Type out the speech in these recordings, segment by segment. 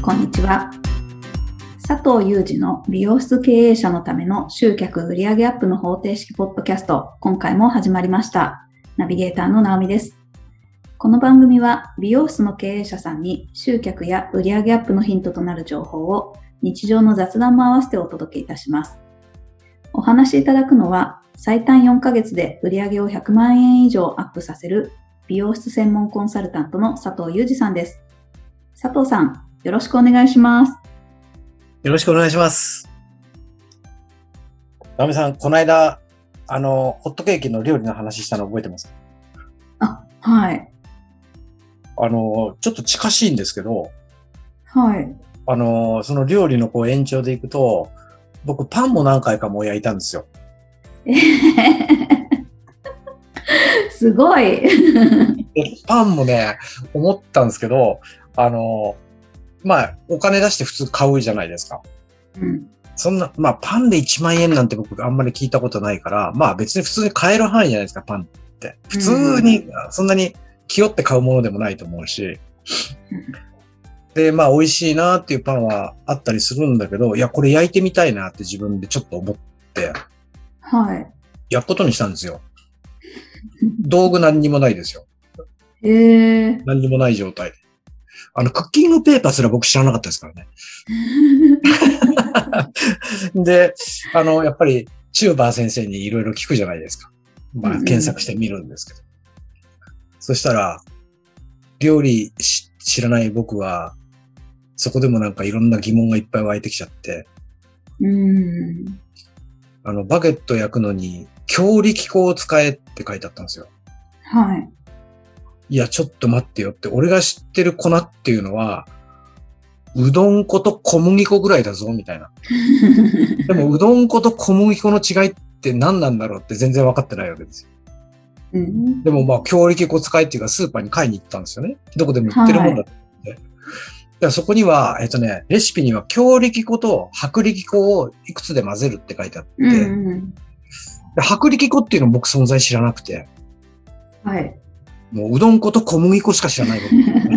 こんにちは。佐藤祐二の美容室経営者のための集客売上アップの方程式ポッドキャスト、今回も始まりました。ナビゲーターの直美です。この番組は美容室の経営者さんに集客や売上アップのヒントとなる情報を日常の雑談も合わせてお届けいたします。お話しいただくのは最短4ヶ月で売上を100万円以上アップさせる美容室専門コンサルタントの佐藤祐二さんです。佐藤さん、よろしくお願いします。 よろしくお願いします。直美さん、この間、ホットケーキの料理の話したの覚えてますか？ はい。 ちょっと近しいんですけど、 はい。 その料理の延長でいくと、僕パンも何回かもう焼いたんですよ。 すごい。 パンもね、思ったんですけど、お金出して普通買うじゃないですか。 うん、 そんな、パンで1万円なんて僕あんまり聞いたことないから、別に普通に買える範囲じゃないですか、パンって。普通に、そんなに気負って買うものでもないと思うし。で、美味しいなっていうパンはあったりするんだけど、いや、これ焼いてみたいなって自分でちょっと思って、 はい。 焼くことにしたんですよ。道具何にもないですよ。何にもない状態。クッキングペーパーすら僕知らなかったですからね。で、やっぱり、チューバー先生にいろいろ聞くじゃないですか。検索してみるんですけど。そしたら、料理知らない僕は、そこでもなんかいろんな疑問がいっぱい湧いてきちゃって、バゲット焼くのに、強力粉を使えって書いてあったんですよ。 はい。 いや、ちょっと待ってよって、俺が知ってる粉っていうのは、うどん粉と小麦粉ぐらいだぞ、みたいな。でも、うどん粉と小麦粉の違いって何なんだろうって全然分かってないわけですよ。でも、強力粉使いっていうか、スーパーに買いに行ったんですよね。どこでも売ってるもんだって。はい、そこには、レシピには強力粉と薄力粉をいくつで混ぜるって書いてあって、薄力粉っていうの僕存在知らなくて。 はい。 もううどん粉と小麦粉しか知らない。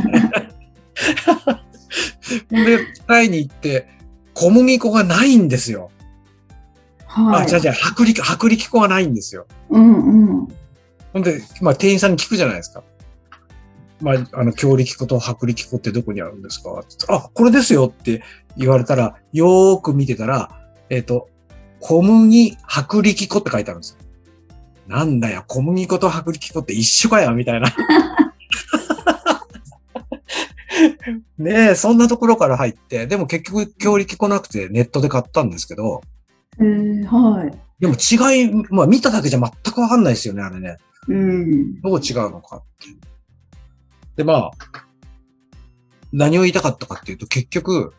で、買いに行って、小麦粉がないんですよ。 はい。 薄力粉がないんですよ。ほんで、店員さんに聞くじゃないですか。強力粉と薄力粉ってどこにあるんですか？これですよって言われたら、よーく見てたら、小麦、薄力粉って書いてあるんですよ。なんだよ、小麦粉と薄力粉って一緒かよ、みたいな。ねえ、そんなところから入って、でも結局強力粉なくてネットで買ったんですけど。 はい。 でも違い、見ただけじゃ全くわかんないですよね、あれね。どう違うのかって。で、何を言いたかったかっていうと、結局、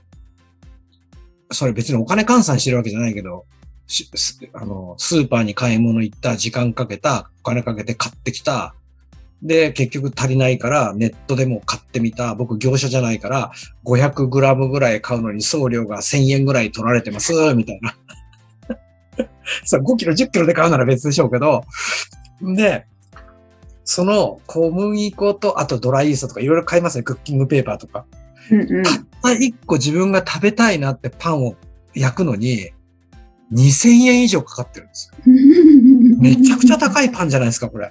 それ別にお金換算してるわけじゃないけど、スーパーに買い物行った、時間かけた、お金かけて買ってきた。で、結局足りないからネットでも買ってみた。僕業者じゃないから500グラムぐらい買うのに送料が1000円ぐらい取られてます、みたいな。さ、5キロ、10キロで買うなら別でしょうけど。で、その小麦粉と、あとドライイーストとかいろいろ買いますね。クッキングペーパーとか。たった1個自分が食べたいなってパンを焼くのに、2000円以上かかってるんですよ。めちゃくちゃ高いパンじゃないですか、これ。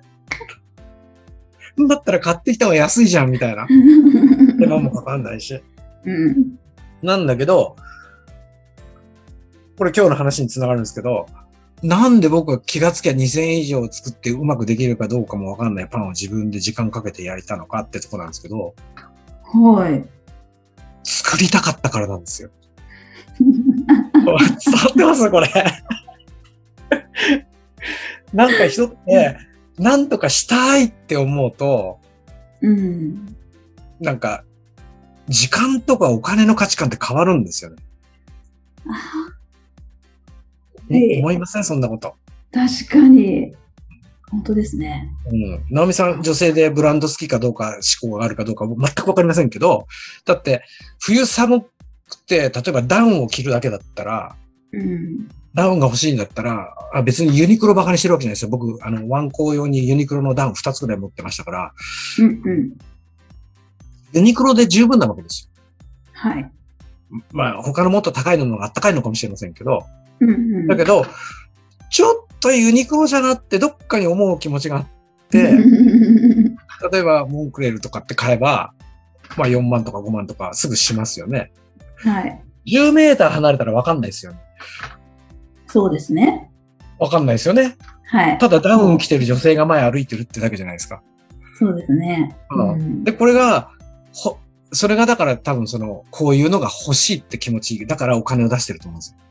だったら買ってきた方が安いじゃん、みたいな。手間もかかんないし。なんだけど、これ今日の話につながるんですけど、なんで僕が気がつきゃ2000円以上作ってうまくできるかどうかもわかんないパンを自分で時間かけて焼いたのかってとこなんですけど、 はい。 作りたかったからなんですよ。伝わってますこれ。なんか人って、なんとかしたいって思うと、なんか、時間とかお金の価値観って変わるんですよね。思いませんそんなこと。 確かに。本当ですね。 直美さん、女性でブランド好きかどうか、思考があるかどうか全くわかりませんけど、だって、冬寒くて、例えばダウンを着るだけだったら、ダウンが欲しいんだったら、別にユニクロバカにしてるわけじゃないですよ。僕、ワンコ用にユニクロのダウン2つぐらい持ってましたから、ユニクロで十分なわけですよ。 はい。 まあ、他のもっと高いのがあったかいのかもしれませんけど、 うんうん。 だけど、ちょっとユニクロじゃなってどっかに思う気持ちがあって、例えばモンクレールとかって買えば、まあ4万とか5万とかすぐしますよね。 はい。 10メーター離れたらわかんないですよね。 そうですね。 わかんないですよね。 はい。 ただダウン着てる女性が前歩いてるってだけじゃないですか。 そうですね。 で、これが、それがだから多分こういうのが欲しいって気持ち、だからお金を出してると思うんですよ。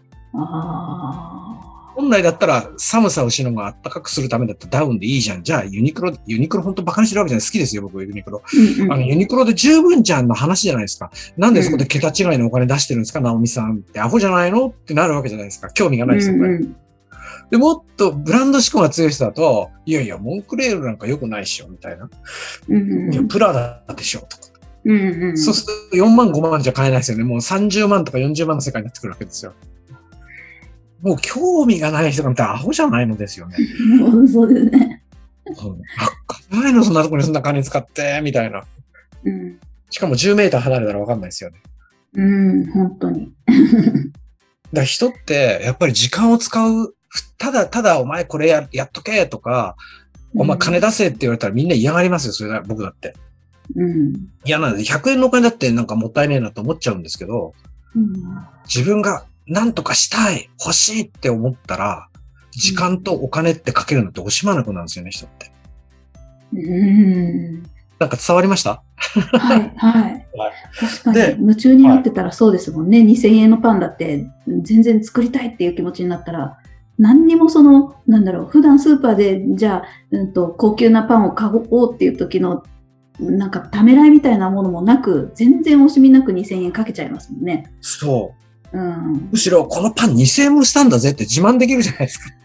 本来だったら寒さをしのが暖かくするためだったらダウンでいいじゃん。じゃあユニクロ本当バカにしてるわけじゃない。好きですよ、僕ユニクロ。ユニクロで十分じゃんの話じゃないですか。なんでそこで桁違いのお金出してるんですか、ナオミさんってアホじゃないのってなるわけじゃないですか。興味がないですよ、これ。で、もっとブランド志向が強い人だと、いやいや、モンクレールなんか良くないっしょ、みたいな。いや、プラダでしょ、とか。そうすると4万5万じゃ買えないですよね。もう30万とか40万の世界になってくるわけですよ。もう興味がない人が見たらアホじゃないのですよね。 そうですね。 買えないのそんなところにそんな金使って、みたいな。しかも10メーター離れたらわかんないですよね。 本当に。 だから人ってやっぱり時間を使う、ただお前これやっとけとか、お前金出せって言われたらみんな嫌がりますよ、それだ、僕だって。嫌なんで、100円のお金だってなんかもったいねえなと思っちゃうんですけど、自分が何とかしたい、欲しいって思ったら、時間とお金ってかけるのって惜しまなくなるんですよね、人って。なんか伝わりました？ はい、はい。確かに、夢中になってたらそうですもんね。2000円のパンだって全然作りたいっていう気持ちになったら、何にも普段スーパーで、じゃあ、高級なパンを買おうっていう時の、なんかためらいみたいなものもなく、全然惜しみなく2000円かけちゃいますもんね。 そう。むしろ、このパン2000円もしたんだぜって自慢できるじゃないですか。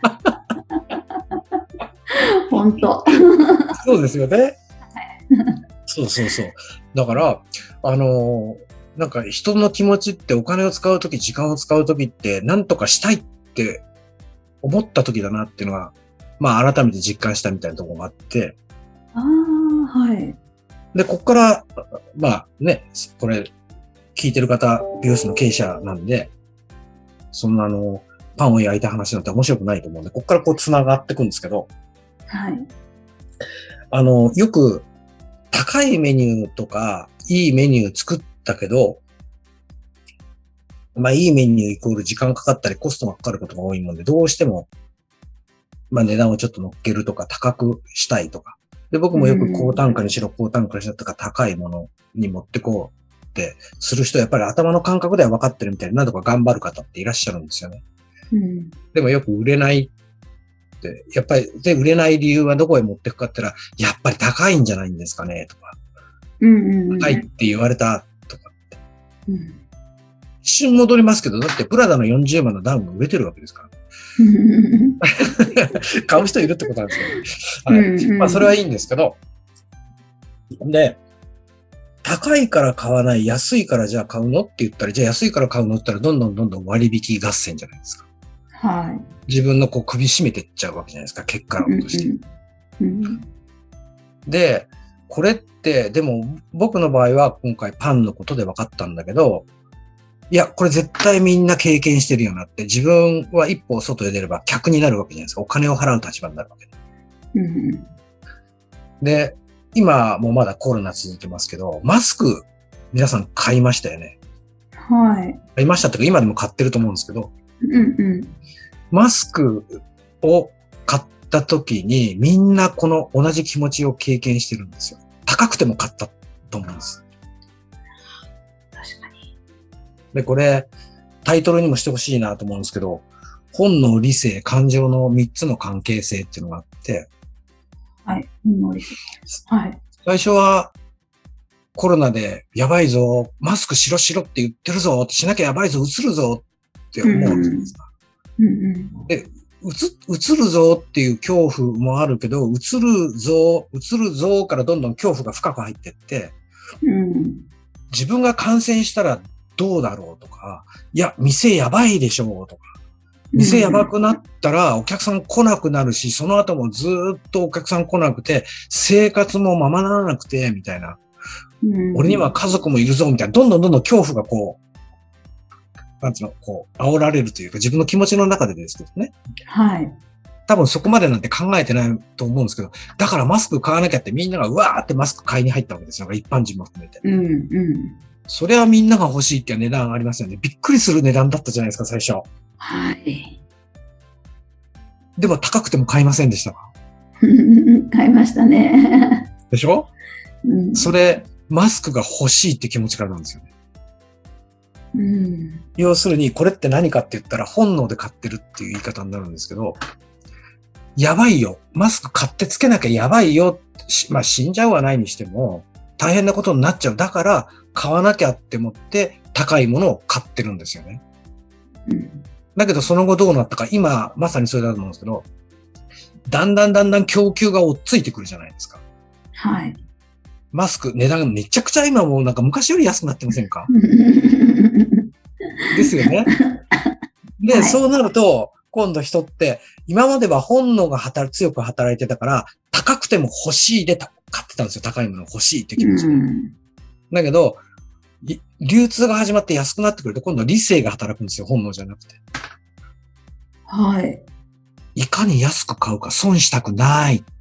本当。 そうですよね。そう。だから、なんか人の気持ちってお金を使うとき、時間を使うときって、なんとかしたいって思ったときだなっていうのは、まあ改めて実感したみたいなところがあって。 はい。 で、こっから、まあね、これ、聞いてる方、美容室の経営者なんで、そんなパンを焼いた話なんて面白くないと思うんで、こっからこう繋がっていくんですけど、 はい。 よく、高いメニューとか、いいメニュー作ったけど、まあいいメニューイコール時間かかったりコストがかかることが多いもんで、どうしても、まあ値段をちょっと乗っけるとか高くしたいとか。で、僕もよく高単価にしろ高単価にしろとか高いものに持ってこうってする人はやっぱり頭の感覚では分かってるみたいな、なんとか頑張る方っていらっしゃるんですよね。でもよく売れないって、やっぱり、で、売れない理由はどこへ持っていくかって言ったら、やっぱり高いんじゃないんですかねとか。高いって言われたとかって。一瞬戻りますけど、だってプラダの40万のダウンが売れてるわけですから。買う人いるってことなんですよね。はい。まあそれはいいんですけど。で、高いから買わない、安いからじゃあ買うのって言ったら、じゃあ安いから買うのって言ったら、どんどん割引合戦じゃないですか。 はい。 自分のこう首絞めてっちゃうわけじゃないですか、結果論として。で、これって、でも僕の場合は今回パンのことで分かったんだけど、いや、これ絶対みんな経験してるよなって、自分は一歩外へ出れば客になるわけじゃないですか。お金を払う立場になるわけで。で、今もまだコロナ続いてますけど、マスク皆さん買いましたよね。 はい。 買いましたっていうか今でも買ってると思うんですけど、マスクを買った時にみんなこの同じ気持ちを経験してるんですよ。高くても買ったと思うんです。 確かに。 で、これタイトルにもしてほしいなと思うんですけど、本能、理性、感情の3つの関係性っていうのがあって、 はい。本能、理性。はい。 最初はコロナでやばいぞ、マスクしろって言ってるぞ、しなきゃやばいぞ、映るぞって思うわけですか。で、映るぞっていう恐怖もあるけど、映るぞからどんどん恐怖が深く入っていって、自分が感染したらどうだろうとか、いや、店やばいでしょうとか、店やばくなったらお客さん来なくなるし、その後もずっとお客さん来なくて、生活もままならなくて、みたいな。 俺には家族もいるぞ、みたいな、どんどん恐怖がなんつうの、煽られるというか、自分の気持ちの中でですけどね。 はい。 多分そこまでなんて考えてないと思うんですけど、だからマスク買わなきゃってみんながうわーってマスク買いに入ったわけですよ。一般人も含めて。それはみんなが欲しいっていう値段ありますよね。びっくりする値段だったじゃないですか、最初。 はい。 でも高くても買いませんでしたか？ 買いましたね。 でしょ？それ、マスクが欲しいって気持ちからなんですよね。要するに、これって何かって言ったら本能で買ってるっていう言い方になるんですけど、やばいよ。マスク買ってつけなきゃやばいよ。まあ死んじゃうはないにしても、大変なことになっちゃう。だから、買わなきゃって思って高いものを買ってるんですよね。だけどその後どうなったか、今まさにそれだと思うんですけど、だんだん供給が追っついてくるじゃないですか。 はい。 マスク値段めちゃくちゃ今もうなんか昔より安くなってませんか？ですよね。で、はい、そうなると、今度人って、今までは本能が強く働いてたから、高くても欲しいで買ってたんですよ。高いもの欲しいって気持ちで。だけど、流通が始まって安くなってくると、今度理性が働くんですよ。本能じゃなくて。 はい。 いかに安く買うか損したくないって。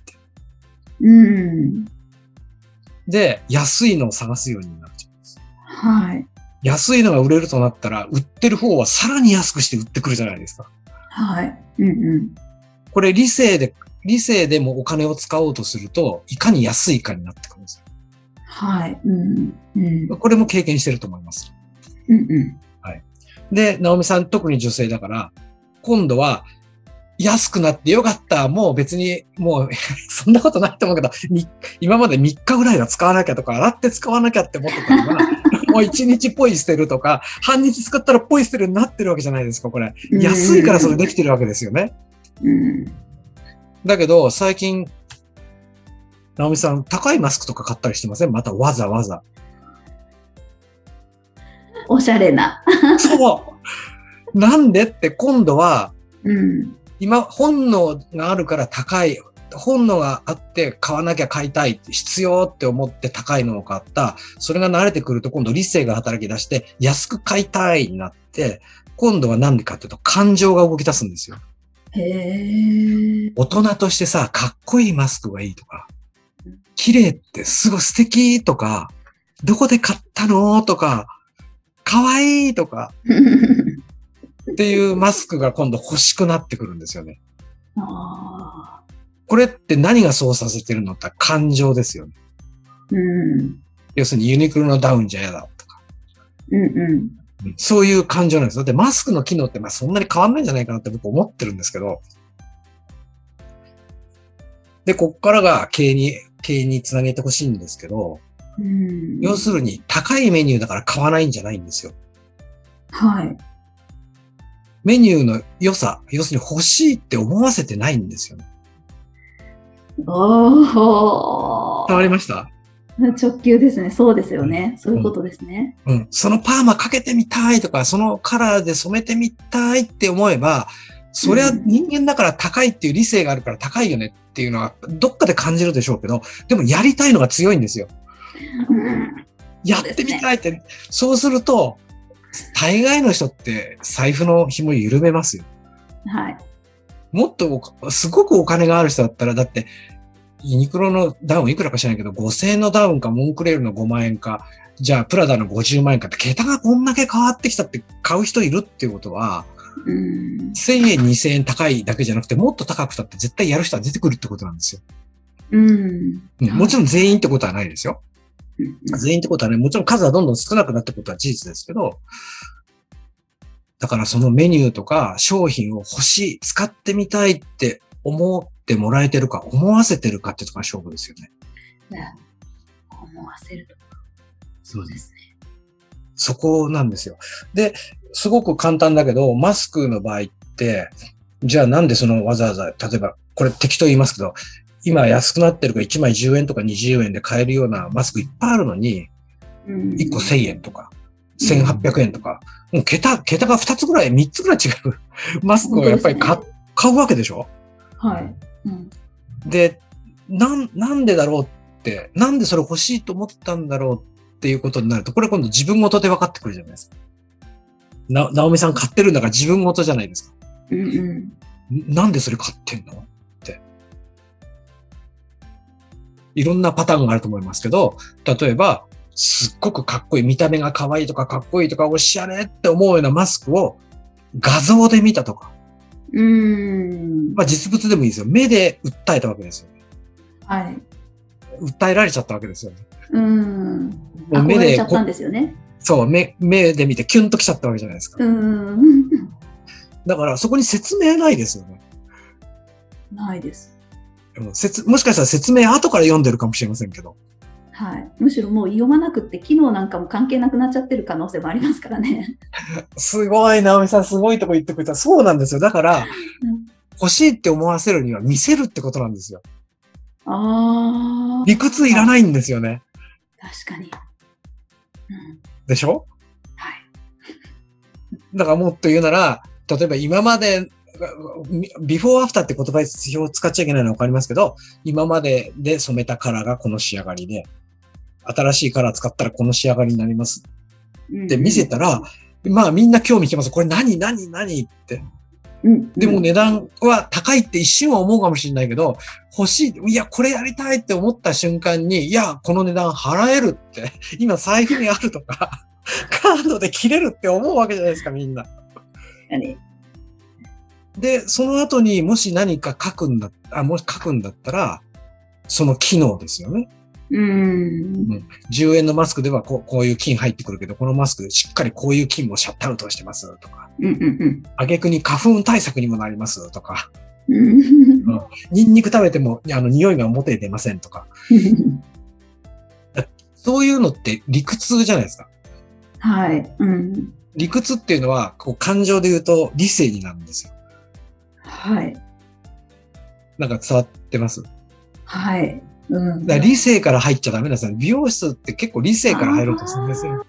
で、安いのを探すようになっちゃうんです。 はい。 安いのが売れるとなったら、売ってる方はさらに安くして売ってくるじゃないですか。 はい。 これ理性でもお金を使おうとすると、いかに安いかになってくるんですよ。 はい。 これも経験してると思います。はい。で、直美さん特に女性だから、今度は安くなってよかった。もう別に、もうそんなことないと思うけど、今まで3日ぐらいは使わなきゃとか、洗って使わなきゃって思ってたのが、もう1日ポイ捨てるとか、半日使ったらポイ捨てるになってるわけじゃないですか、これ。安いからそれできてるわけですよね。だけど、最近、直美さん、高いマスクとか買ったりしてません？またわざわざ。 おしゃれな。 そう。なんでって今度は、今、本能があるから高い。本能があって買わなきゃ買いたい。必要って思って高いのを買った。それが慣れてくると今度理性が働き出して安く買いたいになって、今度は何でかっていうと感情が動き出すんですよ。大人としてさ、かっこいいマスクがいいとか、綺麗ってすごい素敵とか、どこで買ったのとか、かわいいとか、っていうマスクが今度欲しくなってくるんですよね。これって何がそうさせてるのって感情ですよね。要するにユニクロのダウンじゃ嫌だとか。そういう感情なんです。だってマスクの機能ってそんなに変わんないんじゃないかなって僕思ってるんですけど。で、こっからが経営につなげてほしいんですけど、要するに高いメニューだから買わないんじゃないんですよ。 はい。 メニューの良さ、要するに欲しいって思わせてないんですよね。伝わりました？ 直球ですね。そうですよね。そういうことですね。 そのパーマかけてみたいとか、そのカラーで染めてみたいって思えば、それは人間だから高いっていう理性があるから高いよねっていうのはどっかで感じるでしょうけど、でもやりたいのが強いんですよ。やってみたいって。そうすると、大概の人って財布の紐緩めますよ。 はい。 もっとすごくお金がある人だったら、だって、ユニクロのダウンいくらか知らないけど、5000円のダウンか、モンクレールの5万円か、じゃあプラダの50万円かって、桁がこんだけ変わってきたって買う人いるっていうことは、1000円、2000円高いだけじゃなくて、もっと高くたって絶対やる人は出てくるってことなんですよ。もちろん全員ってことはないですよ。全員ってことはね、もちろん数はどんどん少なくなってことは事実ですけど、だからそのメニューとか商品を欲しい、使ってみたいって思ってもらえてるか、思わせてるかってとこが勝負ですよね。 思わせるとか。 そうですね。そこなんですよ。で、すごく簡単だけど、マスクの場合って、じゃあなんでそのわざわざ、例えば、これ適当言いますけど、今安くなってるから1枚10円とか20円で買えるようなマスクいっぱいあるのに、1個1000円とか、1800円とか、もう桁が2つぐらい、3つぐらい違うマスクをやっぱり買うわけでしょ？ はい。 で、なんでだろうって、なんでそれ欲しいと思ったんだろうっていうことになると、これ今度自分ごとで分かってくるじゃないですか。なおみさん買ってるんだから自分ごとじゃないですか。 うんうんなんでそれ買ってんのって。いろんなパターンがあると思いますけど、例えば、すっごくかっこいい、見た目が可愛いとかかっこいいとかおしゃれって思うようなマスクを画像で見たとか。まあ実物でもいいですよ。目で訴えたわけですよ。 はい。 訴えられちゃったわけですよね。 もう目で。憧れちゃったんですよね。 そう、目で見てキュンときちゃったわけじゃないですか。だからそこに説明ないですよね。 ないです。 もしかしたら説明後から読んでるかもしれませんけど。 はい。むしろもう読まなくって機能なんかも関係なくなっちゃってる可能性もありますからね。 すごい、直美さん、すごいとこ言ってくれた。そうなんですよ。だから、欲しいって思わせるには見せるってことなんですよ。理屈いらないんですよね。 確かに。 でしょ？ はい。 だからもっと言うなら、例えば今まで、ビフォーアフターって言葉を使っちゃいけないのはわかりますけど、今までで染めたカラーがこの仕上がりで、新しいカラー使ったらこの仕上がりになります。って見せたら、まあみんな興味引きます。これ何って。でも値段は高いって一瞬は思うかもしれないけど、欲しい、いや、これやりたいって思った瞬間に、いや、この値段払えるって、今財布にあるとか、カードで切れるって思うわけじゃないですか、みんな。で、その後にもし何か書くんだったら、その機能ですよね。10円のマスクではこういう菌入ってくるけど、このマスクでしっかりこういう菌もシャットアウトしてますとか、挙句に花粉対策にもなりますとか、ニンニク食べても匂いが表に出ませんとか、そういうのって理屈じゃないですか。 はい。 理屈っていうのはこう感情で言うと理性になるんですよ。 はい。 なんか伝わってます？ はい。 だから理性から入っちゃダメなんですよ。美容室って結構理性から入ろうとするんですよ。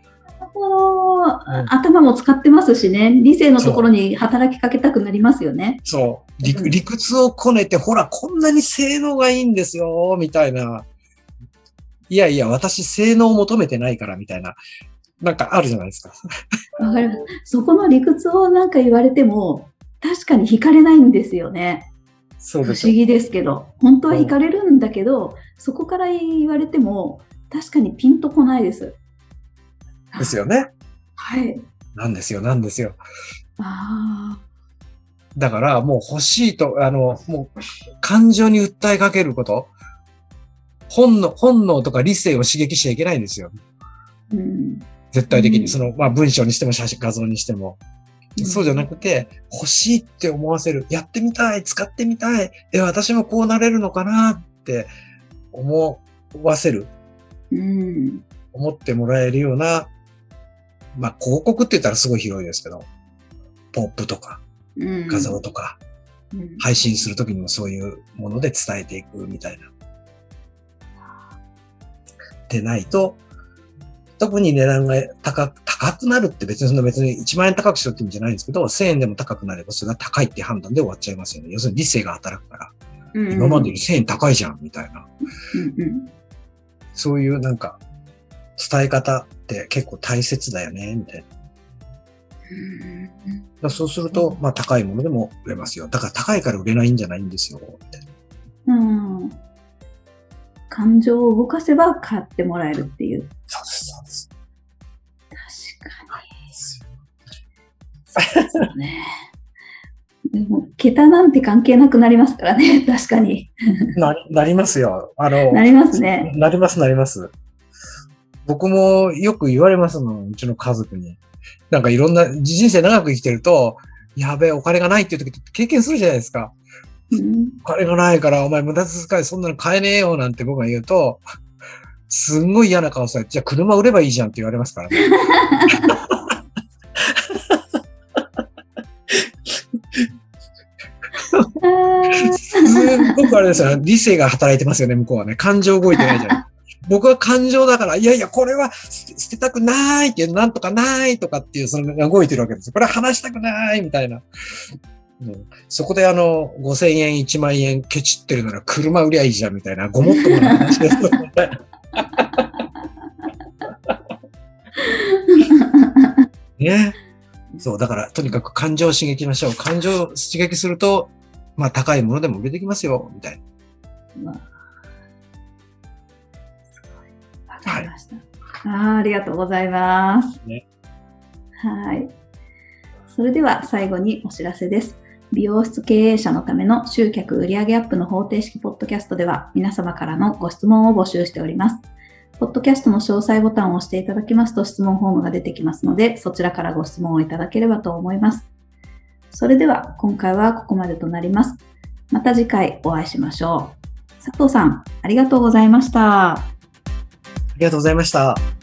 頭も使ってますしね。理性のところに働きかけたくなりますよね。 そう。理屈をこねて、ほら、こんなに性能がいいんですよ、みたいな。いやいや、私性能を求めてないから、みたいな。なんかあるじゃないですか。 わかります。そこの理屈をなんか言われても、確かに惹かれないんですよね。 そうです。 不思議ですけど、本当は惹かれるんだけど、そこから言われても、確かにピンとこないです。 ですよね。 はい。 なんですよ。だから、もう欲しいと、もう、感情に訴えかけること、本能とか理性を刺激しちゃいけないんですよ。絶対的に、文章にしても画像にしても。そうじゃなくて、欲しいって思わせる。やってみたい、使ってみたい。私もこうなれるのかなって思わせる。思ってもらえるような、広告って言ったらすごい広いですけど、ポップとか、画像とか、配信するときにもそういうもので伝えていくみたいな。でないと、特に値段が高くなるって別に1万円高くしろって意味じゃないんですけど、1000円でも高くなればそれが高いって判断で終わっちゃいますよね。要するに理性が働くから。今までより1000円高いじゃん、みたいな。そういうなんか、伝え方って結構大切だよね、みたいな。そうすると、高いものでも売れますよ。だから高いから売れないんじゃないんですよ、みたいな。 感情を動かせば買ってもらえるっていう。 そうです。 確かに。そうね。でも、桁なんて関係なくなりますからね、確かに。 なりますよ。 なりますね。 なります。僕もよく言われますもん、うちの家族に。なんかいろんな、人生長く生きてると、やべえ、お金がないっていう時って経験するじゃないですか。お金がないから、お前無駄遣いそんなの買えねえよなんて僕が言うと、すんごい嫌な顔されて、じゃあ車売ればいいじゃんって言われますからね。すごくあれですよ。理性が働いてますよね、向こうはね。感情動いてないじゃん。僕は感情だから、いやいや、これは捨てたくないっていう、なんとかないとかっていう、そのが動いてるわけですよ。これは話したくないみたいな。 そこで5000円、1万円ケチってるなら車売りゃいいじゃんみたいな、ごもっともな話ですね。そう、だからとにかく感情を刺激しましょう。感情を刺激すると、まあ高いものでも売れてきますよ、みたいな。 わかりました。ありがとうございます。 ね、 はい。それでは最後にお知らせです。美容室経営者のための集客売上アップの方程式ポッドキャストでは皆様からのご質問を募集しております。ポッドキャストの詳細ボタンを押していただきますと質問フォームが出てきますので、そちらからご質問をいただければと思います。それでは今回はここまでとなります。また次回お会いしましょう。佐藤さん、ありがとうございました。 ありがとうございました。